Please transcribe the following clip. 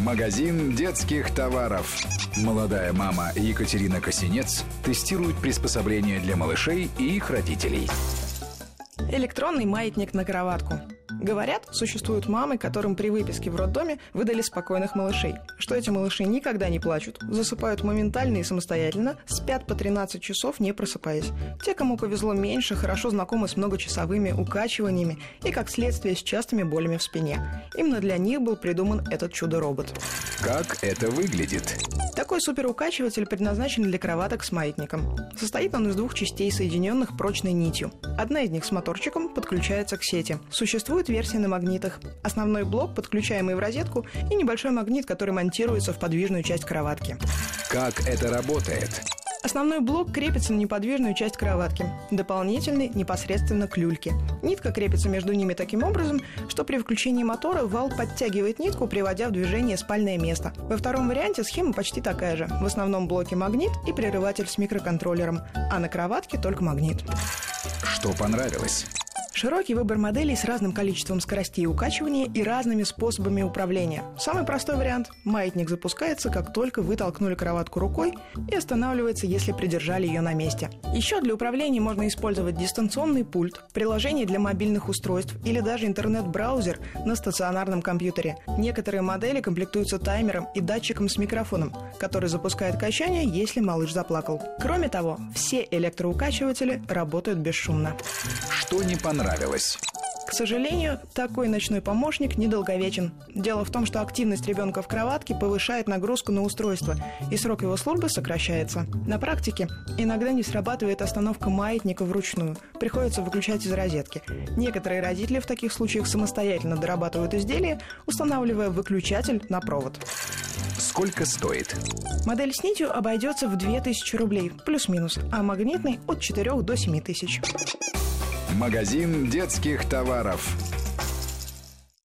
Магазин детских товаров. Молодая мама Екатерина Косинец тестирует приспособления для малышей и их родителей. Электронный маятник на кроватку. Говорят, существуют мамы, которым при выписке в роддоме выдали спокойных малышей. Что эти малыши никогда не плачут, засыпают моментально и самостоятельно, спят по 13 часов, не просыпаясь. Те, кому повезло меньше, хорошо знакомы с многочасовыми укачиваниями и, как следствие, с частыми болями в спине. Именно для них был придуман этот чудо-робот. Как это выглядит? Такой суперукачиватель предназначен для кроваток с маятником. Состоит он из двух частей, соединенных прочной нитью. Одна из них с моторчиком подключается к сети. Существует версия на магнитах. Основной блок, подключаемый в розетку, и небольшой магнит, который монтируется в подвижную часть кроватки. Как это работает? Основной блок крепится на неподвижную часть кроватки. Дополнительный непосредственно к люльке. Нитка крепится между ними таким образом, что при включении мотора вал подтягивает нитку, приводя в движение спальное место. Во втором варианте схема почти такая же. В основном блоке магнит и прерыватель с микроконтроллером, а на кроватке только магнит. Что понравилось? Широкий выбор моделей с разным количеством скоростей укачивания и разными способами управления. Самый простой вариант – маятник запускается, как только вы толкнули кроватку рукой, и останавливается, если придержали ее на месте. Еще для управления можно использовать дистанционный пульт, приложение для мобильных устройств или даже интернет-браузер на стационарном компьютере. Некоторые модели комплектуются таймером и датчиком с микрофоном, который запускает качание, если малыш заплакал. Кроме того, все электроукачиватели работают бесшумно. Что не понравилось? К сожалению, такой ночной помощник недолговечен. Дело в том, что активность ребенка в кроватке повышает нагрузку на устройство, и срок его службы сокращается. На практике иногда не срабатывает остановка маятника вручную, приходится выключать из розетки. Некоторые родители в таких случаях самостоятельно дорабатывают изделие, устанавливая выключатель на провод. Сколько стоит? Модель с нитью обойдется в 2000 рублей, плюс-минус, а магнитный от 4 до 7 тысяч. Магазин детских товаров.